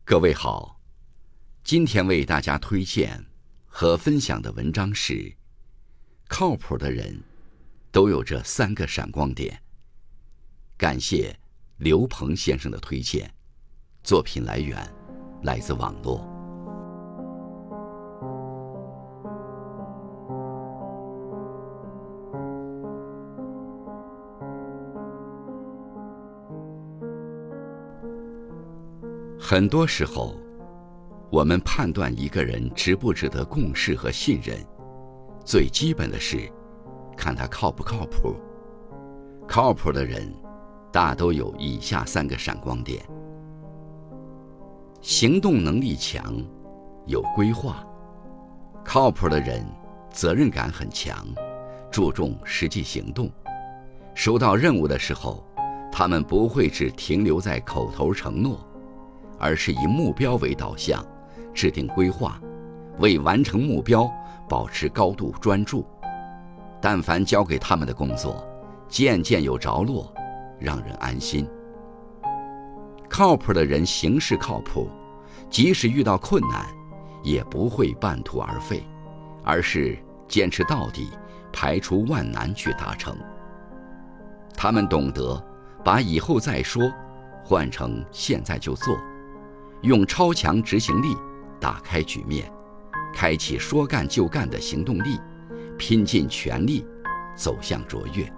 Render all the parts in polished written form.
各位好，今天为大家推荐和分享的文章是：靠谱的人都有这3个闪光点。感谢刘鹏先生的推荐，作品来源来自网络。很多时候，我们判断一个人值不值得共事和信任，最基本的是看他靠不靠谱。靠谱的人大都有以下3个闪光点：行动能力强，有规划。靠谱的人责任感很强，注重实际行动。收到任务的时候，他们不会只停留在口头承诺，而是以目标为导向，制定规划，为完成目标保持高度专注。但凡交给他们的工作，件件有着落，让人安心。靠谱的人行事靠谱，即使遇到困难，也不会半途而废，而是坚持到底，排除万难去达成。他们懂得把以后再说换成现在就做，用超强执行力打开局面，开启说干就干的行动力，拼尽全力走向卓越。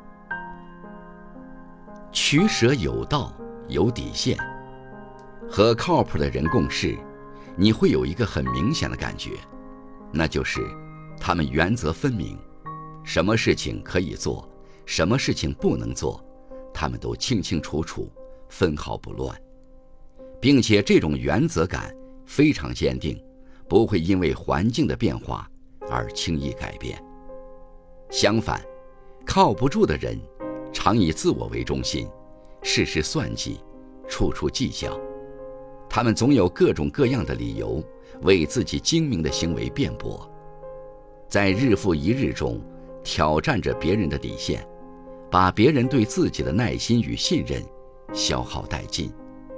取舍有道，有底线。和靠谱的人共事，你会有一个很明显的感觉，那就是他们原则分明，什么事情可以做，什么事情不能做，他们都清清楚楚，分毫不乱。并且这种原则感非常坚定，不会因为环境的变化而轻易改变。相反，靠不住的人常以自我为中心，事事算计，处处计较。他们总有各种各样的理由为自己精明的行为辩驳，在日复一日中挑战着别人的底线，把别人对自己的耐心与信任消耗殆尽。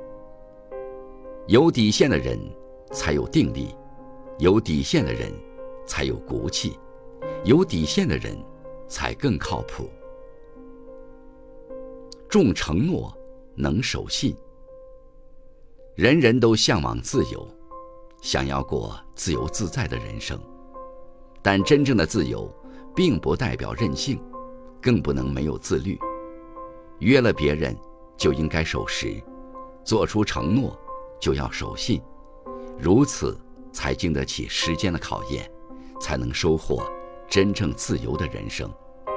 有底线的人才有定力，有底线的人才有骨气，有底线的人才更靠谱。重承诺，能守信。人人都向往自由，想要过自由自在的人生，但真正的自由并不代表任性，更不能没有自律。约了别人就应该守时，做出承诺就要守信，如此才经得起时间的考验，才能收获真正自由的人生。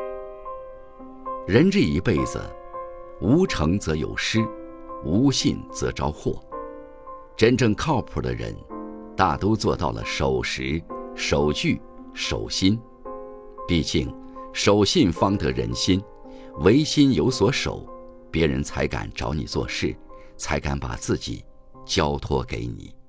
人这一辈子，无诚则有失，无信则招祸。真正靠谱的人，大都做到了守时、守据、守心。毕竟，守信方得人心，唯心有所守，别人才敢找你做事，才敢把自己交托给你。